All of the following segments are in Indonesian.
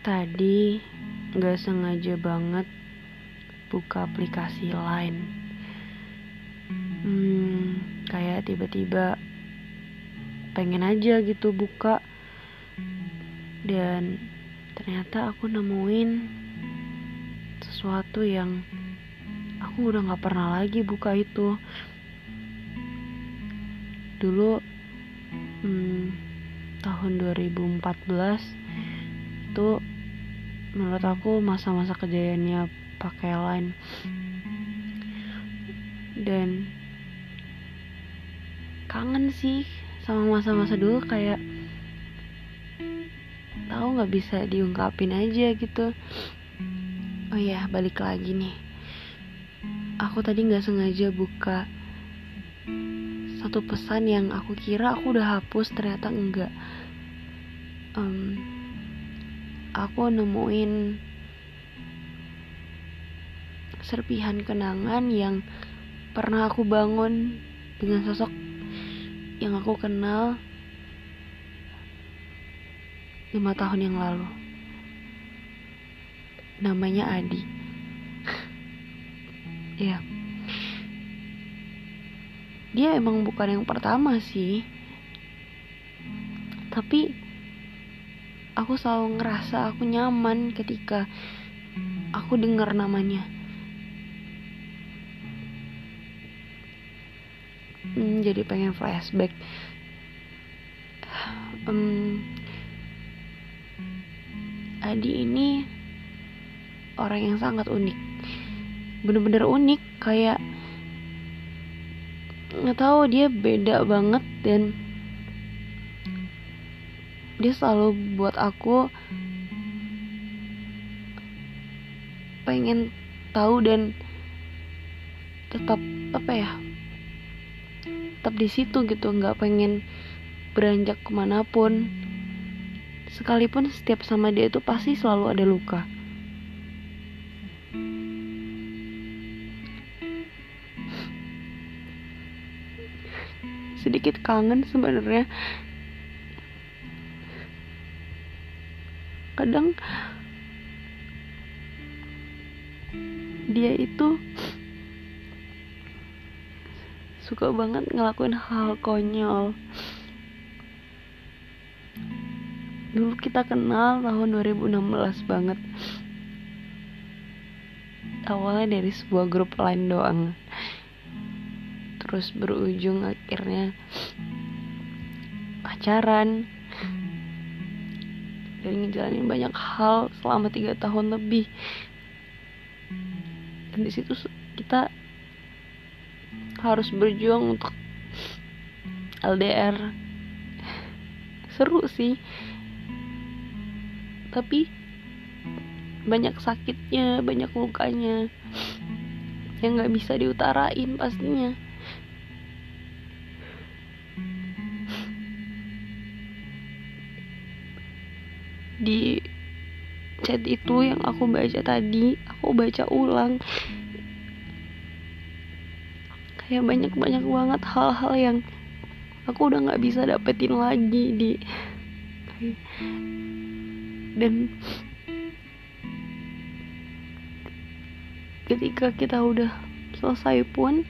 Tadi gak sengaja banget buka aplikasi Line. Kayak tiba-tiba pengen aja gitu buka. Dan ternyata aku nemuin sesuatu yang aku udah gak pernah lagi buka itu. Dulu tahun 2014 itu menurut aku masa-masa kejayaannya pakai Line. Dan kangen sih sama masa-masa dulu, kayak tahu nggak bisa diungkapin aja gitu. Oh ya, balik lagi nih, aku tadi nggak sengaja buka satu pesan yang aku kira aku udah hapus, ternyata enggak. Aku nemuin serpihan kenangan yang pernah aku bangun dengan sosok yang aku kenal 5 tahun yang lalu. Namanya Adi. Ya, dia emang bukan yang pertama sih, tapi aku selalu ngerasa aku nyaman ketika aku dengar namanya. Jadi pengen flashback. Adi ini orang yang sangat unik, bener-bener unik, kayak nggak tahu, dia beda banget. Dan dia selalu buat aku pengen tahu dan tetap tetap di situ gitu, nggak pengen beranjak kemanapun. Sekalipun setiap sama dia itu pasti selalu ada luka. Sedikit kangen sebenarnya. Kadang dia itu suka banget ngelakuin hal konyol. Dulu kita kenal tahun 2016 banget. Awalnya dari sebuah grup Line doang, terus berujung akhirnya pacaran dan ngejalanin banyak hal selama 3 tahun lebih. Dan di situ kita harus berjuang untuk LDR. Seru sih, tapi banyak sakitnya, banyak lukanya yang gak bisa diutarain pastinya. Di chat itu yang aku baca tadi, aku baca ulang, kayak banyak banget hal-hal yang aku udah gak bisa dapetin lagi dan ketika kita udah selesai pun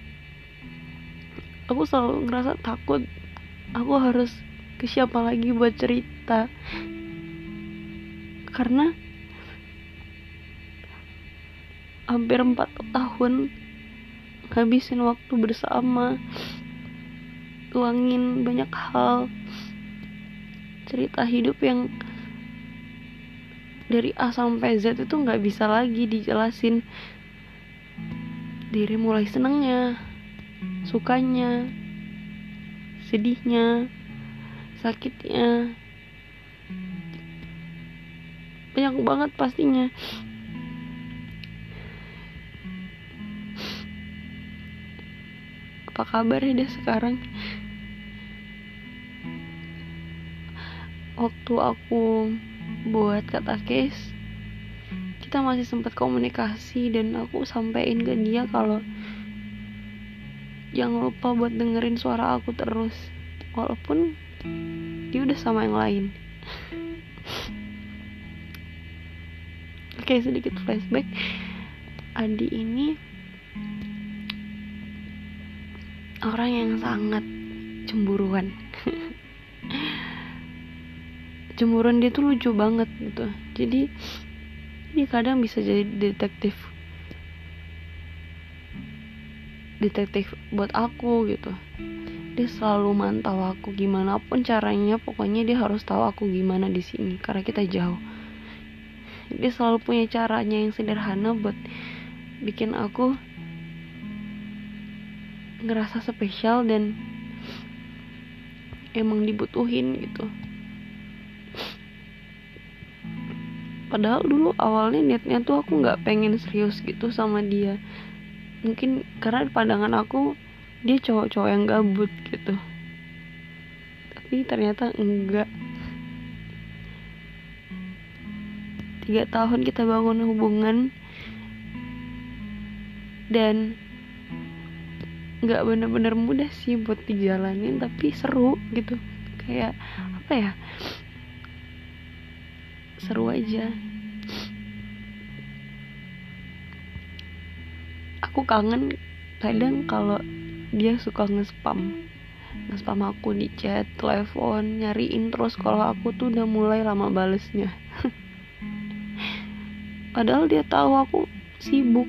aku selalu ngerasa takut. Aku harus ke siapa lagi buat cerita, karena hampir 4 tahun ngabisin waktu bersama, tuangin banyak hal, cerita hidup yang dari A sampai Z itu gak bisa lagi dijelasin. Dari mulai senengnya, sukanya, sedihnya, sakitnya, banyak banget pastinya. Apa kabarnya dia sekarang? Waktu aku buat kata case, kita masih sempat komunikasi dan aku sampein ke dia kalau jangan lupa buat dengerin suara aku terus, walaupun dia udah sama yang lain. Kayak sedikit flashback, Adi ini orang yang sangat cemburuan. Cemburuan dia tuh lucu banget gitu. Jadi dia kadang bisa jadi detektif buat aku gitu. Dia selalu mantau aku gimana pun caranya, pokoknya dia harus tahu aku gimana di sini karena kita jauh. Dia selalu punya caranya yang sederhana buat bikin aku ngerasa spesial dan emang dibutuhin gitu. Padahal dulu awalnya niatnya tuh aku nggak pengen serius gitu sama dia. Mungkin karena di pandangan aku dia cowok-cowok yang gabut gitu. Tapi ternyata enggak. 3 tahun kita bangun hubungan dan nggak bener-bener mudah sih buat dijalanin, tapi seru gitu. Kayak apa ya, seru aja. Aku kangen kadang kalau dia suka nge-spam aku di chat, telepon, nyariin terus kalau aku tuh udah mulai lama balesnya. Padahal dia tahu aku sibuk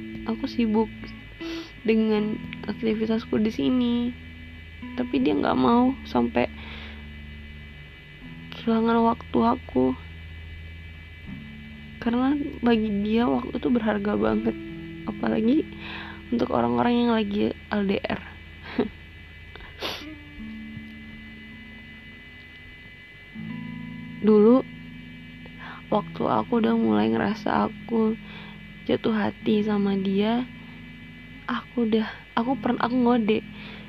dengan aktivitasku di sini, tapi dia nggak mau sampai kehilangan waktu aku, karena bagi dia waktu itu berharga banget, apalagi untuk orang-orang yang lagi LDR. Dulu waktu aku udah mulai ngerasa aku jatuh hati sama dia, aku ngode,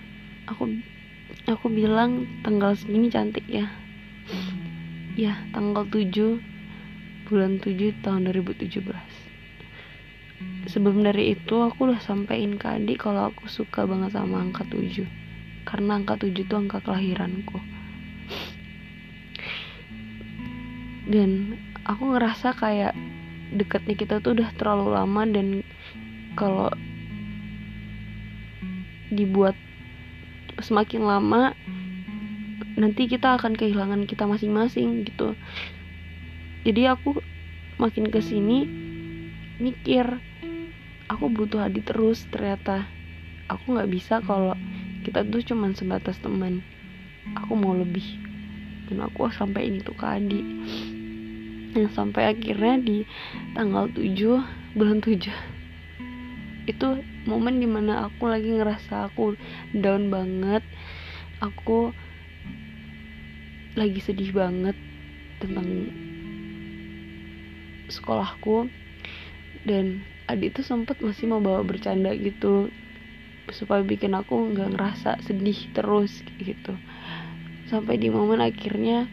aku bilang tanggal segini cantik ya, tanggal 7 bulan 7 tahun 2017. Sebelum dari itu aku udah sampein ke adik kalau aku suka banget sama angka 7, karena angka 7 itu angka kelahiranku. Dan aku ngerasa kayak dekatnya kita tuh udah terlalu lama, dan kalau dibuat semakin lama nanti kita akan kehilangan kita masing-masing gitu. Jadi aku makin kesini mikir, aku butuh Adi terus. Ternyata aku nggak bisa kalau kita tuh cuman sebatas teman. Aku mau lebih, dan aku sampai ini tuh ke Adi. Dan sampai akhirnya di tanggal 7 bulan 7 itu momen dimana aku lagi ngerasa aku down banget, aku lagi sedih banget tentang sekolahku, dan Adi tuh sempet masih mau bawa bercanda gitu supaya bikin aku nggak ngerasa sedih terus gitu. Sampai di momen akhirnya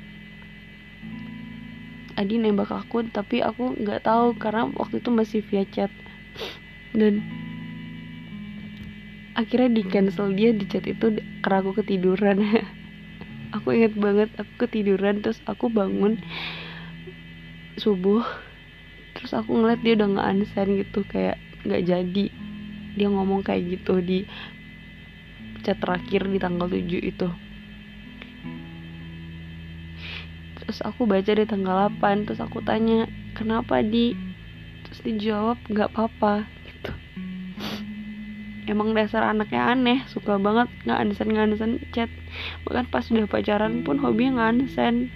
Adi nembak aku, tapi aku nggak tahu karena waktu itu masih via chat, dan akhirnya di cancel dia di chat itu karena aku ketiduran. Aku ingat banget aku ketiduran, terus aku bangun subuh, terus aku ngeliat dia udah nggak unsend gitu, kayak nggak jadi. Dia ngomong kayak gitu di chat terakhir di tanggal 7 itu. Terus aku baca di tanggal 8, terus aku tanya, kenapa terus dijawab, gak apa-apa gitu. Emang dasar anaknya aneh, suka banget nggak unsend chat. Bahkan pas udah pacaran pun hobinya nggak unsend.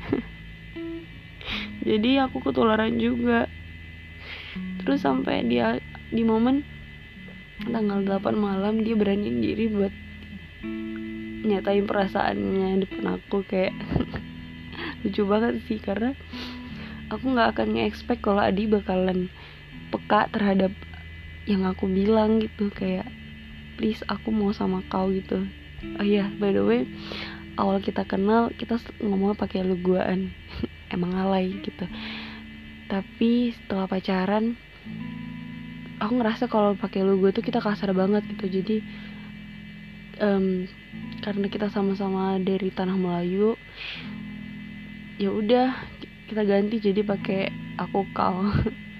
Jadi aku ketularan juga. Terus sampai dia di momen tanggal 8 malam dia beraniin diri buat nyatain perasaannya depan aku. Kayak lucu banget sih, karena aku nggak akan nge-expect kalau Adi bakalan peka terhadap yang aku bilang gitu, kayak please aku mau sama kau gitu. Oh iya, by the way, awal kita kenal kita ngomongnya pakai lu guaan. Emang alay gitu. Tapi setelah pacaran aku ngerasa kalau pakai lu gua tuh kita kasar banget gitu. Jadi karena kita sama-sama dari tanah Melayu, ya udah kita ganti jadi pakai aku kau.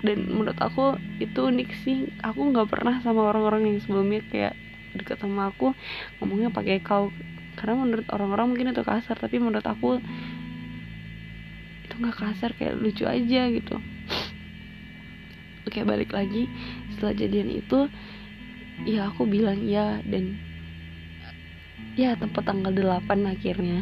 Dan menurut aku itu unik sih. Aku nggak pernah sama orang-orang yang sebelumnya kayak deket sama aku ngomongnya pakai kau, karena menurut orang-orang mungkin itu kasar, tapi menurut aku itu nggak kasar, kayak lucu aja gitu. Oke, balik lagi. Setelah jadian itu ya aku bilang ya, dan ya tempat tanggal 8 akhirnya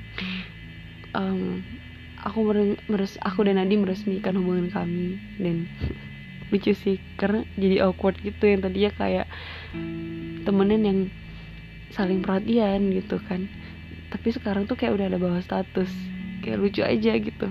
aku dan Adi meresmikan hubungan kami. Dan lucu sih karena jadi awkward gitu, yang tadinya kayak temenan yang saling perhatian gitu kan, tapi sekarang tuh kayak udah ada bawah status, kayak lucu aja gitu.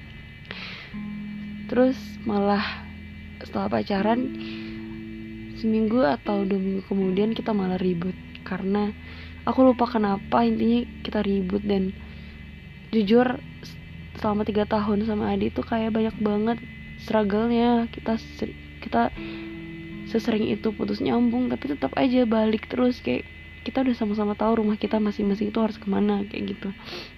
Terus malah setelah pacaran seminggu atau 2 minggu kemudian kita malah ribut, karena aku lupa kenapa, intinya kita ribut. Dan jujur selama 3 tahun sama Adi tuh kayak banyak banget struggle-nya. Kita sesering itu putus nyambung, tapi tetap aja balik terus. Kayak kita udah sama-sama tahu rumah kita masing-masing itu harus kemana, kayak gitu.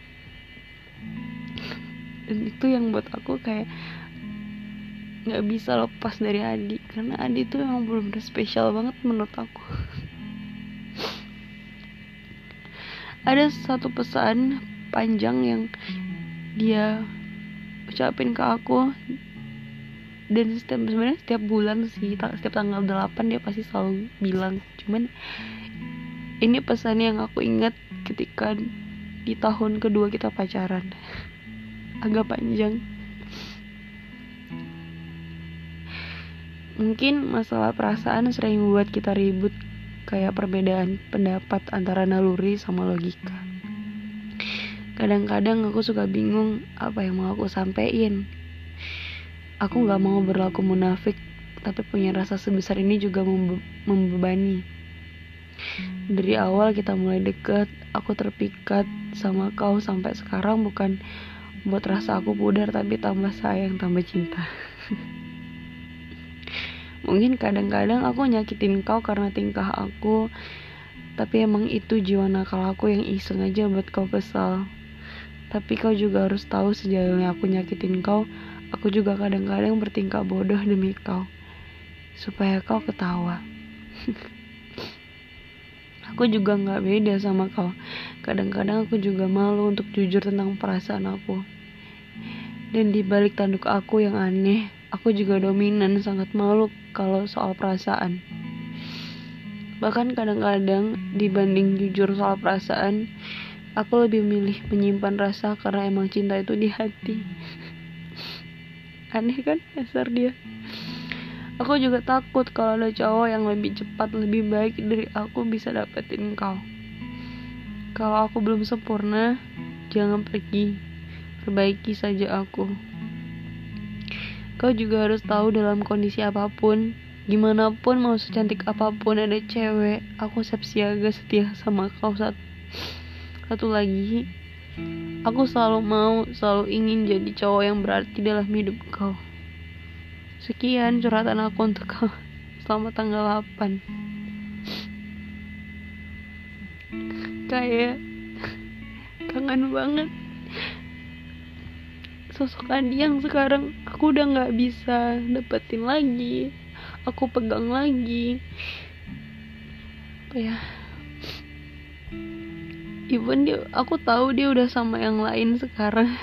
Dan itu yang buat aku kayak nggak bisa lepas dari Adi, karena Adi tuh emang bener-bener spesial banget menurut aku. Ada satu pesan panjang yang dia ucapin ke aku, dan sebenarnya setiap bulan sih, setiap tanggal 8 dia pasti selalu bilang. Cuman ini pesan yang aku ingat ketika di tahun kedua kita pacaran. Agak panjang. Mungkin masalah perasaan sering membuat kita ribut, kayak perbedaan pendapat antara naluri sama logika. Kadang-kadang aku suka bingung apa yang mau aku sampein. Aku gak mau berlaku munafik, tapi punya rasa sebesar ini juga membebani. Dari awal kita mulai deket, aku terpikat sama kau sampai sekarang, bukan buat rasa aku pudar, tapi tambah sayang, tambah cinta. Mungkin kadang-kadang aku nyakitin kau karena tingkah aku, tapi emang itu jiwa nakal aku yang iseng aja buat kau kesal. Tapi kau juga harus tahu, sejauhnya aku nyakitin kau, aku juga kadang-kadang bertingkah bodoh demi kau, supaya kau ketawa. Aku juga gak beda sama kau. Kadang-kadang aku juga malu untuk jujur tentang perasaan aku. Dan di balik tanduk aku yang aneh, aku juga dominan, sangat malu kalau soal perasaan. Bahkan kadang-kadang dibanding jujur soal perasaan, aku lebih memilih menyimpan rasa, karena emang cinta itu di hati. Aneh kan dasar dia. Aku juga takut kalau ada cowok yang lebih cepat, lebih baik dari aku bisa dapetin kau. Kalau aku belum sempurna, jangan pergi, perbaiki saja aku. Kau juga harus tahu, dalam kondisi apapun, gimana pun, mau secantik apapun ada cewek, aku siap siaga setia sama kau. Satu lagi, aku selalu ingin jadi cowok yang berarti dalam hidup kau. Sekian curhatan aku untuk kau selama tanggal 8. Kayak kangen banget sosok Adi yang sekarang aku udah gak bisa dapetin lagi, aku pegang lagi. Apa ya, even aku tahu dia udah sama yang lain sekarang,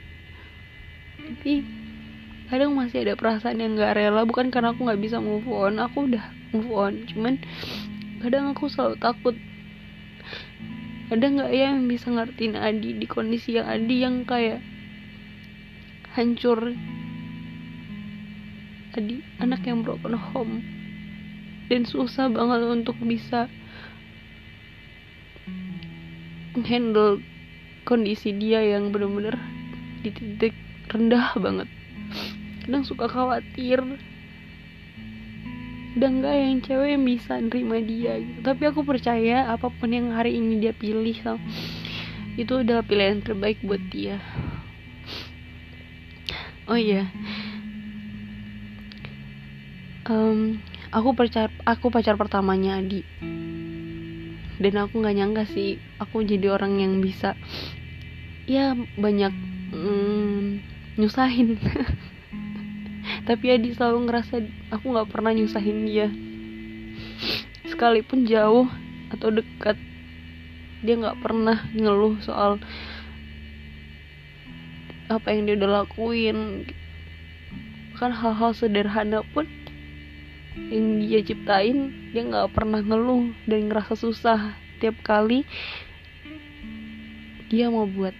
tapi kadang masih ada perasaan yang gak rela. Bukan karena aku gak bisa move on, aku udah move on, cuman kadang aku selalu takut, ada gak ya yang bisa ngertiin Adi di kondisi yang Adi yang kayak hancur. Adi anak yang broken home, dan susah banget untuk bisa handle kondisi dia yang benar-benar di titik rendah banget. Kadang suka khawatir, udah gak yang cewek yang bisa nerima dia gitu. Tapi aku percaya apapun yang hari ini dia pilih, itu adalah pilihan terbaik buat dia. Oh iya, aku pacar pertamanya Adi, dan aku nggak nyangka sih aku jadi orang yang bisa ya banyak nyusahin. Tapi Adi selalu ngerasa aku gak pernah nyusahin dia. Sekalipun jauh atau dekat, dia gak pernah ngeluh soal apa yang dia udah lakuin. Bahkan hal-hal sederhana pun yang dia ciptain, dia gak pernah ngeluh dan ngerasa susah tiap kali dia mau buat.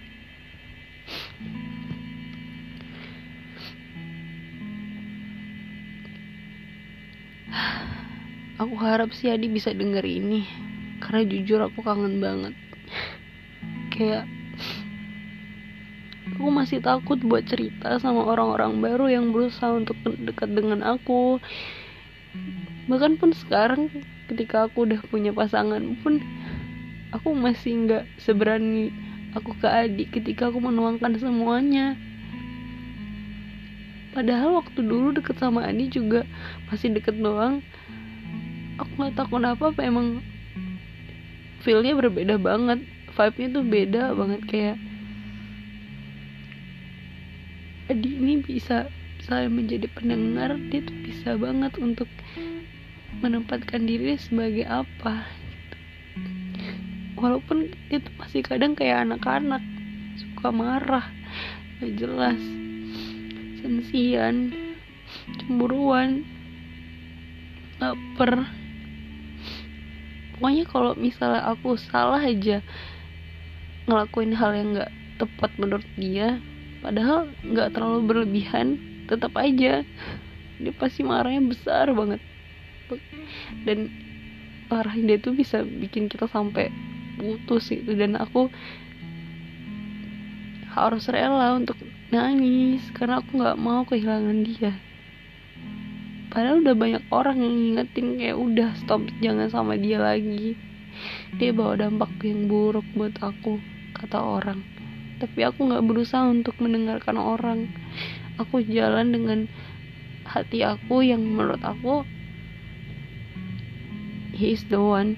Aku harap sih Adi bisa denger ini, karena jujur aku kangen banget. Kayak aku masih takut buat cerita sama orang-orang baru yang berusaha untuk dekat dengan aku. Bahkan pun sekarang ketika aku udah punya pasangan pun, aku masih gak seberani aku ke Adi ketika aku menuangkan semuanya. Padahal waktu dulu deket sama Adi juga masih deket doang. Aku gak tahu kenapa, apa emang feel-nya berbeda banget, vibe-nya tuh beda banget. Kayak Adi ini bisa selain menjadi pendengar, dia tuh bisa banget untuk menempatkan diri sebagai apa gitu. Walaupun dia tuh masih kadang kayak anak-anak, suka marah, gak jelas, sensian, cemburuan, baper. Pokoknya kalau misalnya aku salah aja ngelakuin hal yang gak tepat menurut dia, padahal gak terlalu berlebihan, tetap aja dia pasti marahnya besar banget. Dan marahnya dia tuh bisa bikin kita sampai putus gitu. Dan aku harus rela untuk nangis karena aku gak mau kehilangan dia. Padahal udah banyak orang yang ngingetin kayak udah stop, jangan sama dia lagi, dia bawa dampak yang buruk buat aku, kata orang. Tapi aku gak berusaha untuk mendengarkan orang. Aku jalan dengan hati aku yang menurut aku he is the one.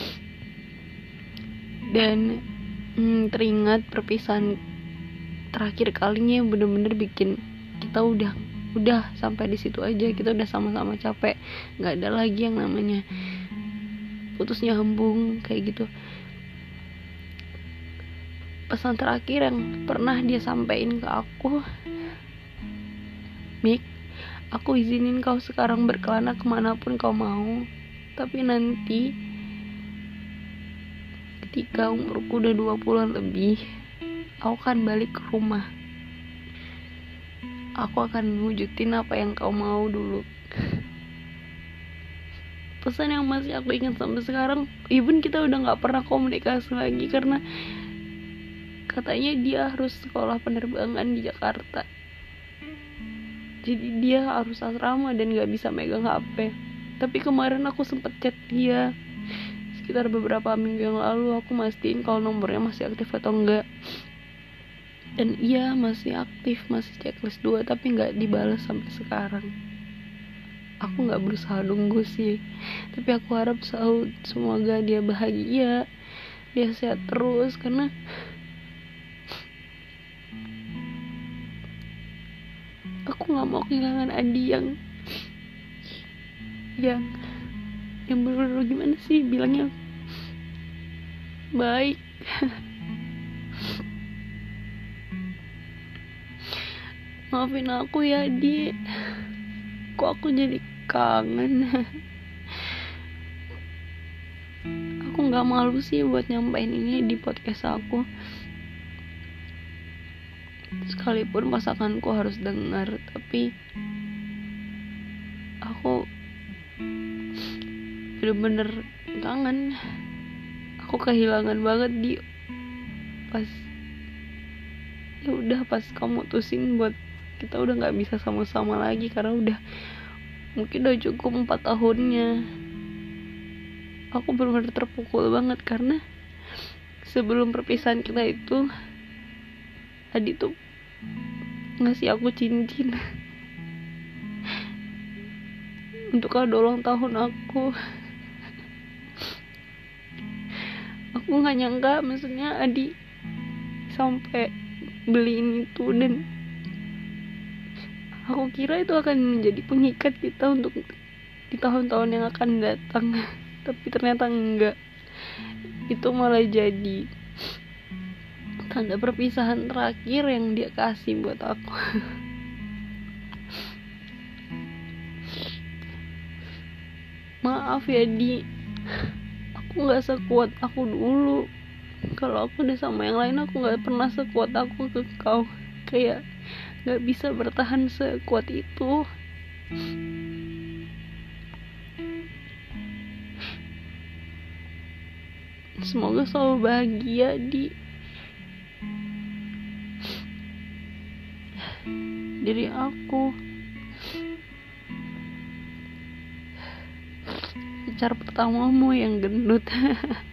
Dan teringat perpisahan terakhir kalinya yang bener-bener bikin kita udah sampai di situ aja. Kita udah sama-sama capek, nggak ada lagi yang namanya putus nyambung kayak gitu. Pesan terakhir yang pernah dia sampaikan ke aku, Mik, aku izinin kau sekarang berkelana kemanapun kau mau, tapi nanti ketika umurku udah 20-an lebih, aku akan balik ke rumah. Aku akan wujudin apa yang kau mau dulu. Pesan yang masih aku ingat sampai sekarang. Even kita udah gak pernah komunikasi lagi karena katanya dia harus sekolah penerbangan di Jakarta. Jadi dia harus asrama dan gak bisa megang HP. Tapi kemarin aku sempet chat dia sekitar beberapa minggu yang lalu. Aku mastiin kalau nomornya masih aktif atau enggak. Dan iya masih aktif, masih checklist 2, tapi gak dibalas sampai sekarang. Aku gak berusaha nunggu sih, tapi aku harap semoga dia bahagia, dia sehat terus. Karena aku gak mau kehilangan Adi yang bener-bener gimana sih bilangnya, baik. Maafin aku ya Di, kok aku jadi kangen. Aku gak malu sih buat nyampein ini di podcast aku, sekalipun pasanganku harus dengar. Tapi aku bener-bener kangen. Aku kehilangan banget Di pas kamu mutusin buat kita udah gak bisa sama-sama lagi, karena mungkin udah cukup 4 tahunnya. Aku benar-benar terpukul banget karena sebelum perpisahan kita itu Adi tuh ngasih aku cincin untuk kado ulang tahun aku. Aku gak nyangka, maksudnya Adi sampai beliin itu. Dan Aku kira itu akan menjadi pengikat kita untuk di tahun-tahun yang akan datang. Tapi ternyata enggak. Itu malah jadi tanda perpisahan terakhir yang dia kasih buat aku. Maaf ya Di, aku gak sekuat aku dulu. Kalau aku udah sama yang lain, aku gak pernah sekuat aku ke kau. Kayak gak bisa bertahan sekuat itu. Semoga selalu bahagia Di. Dari aku, pacar pertamamu yang gendut.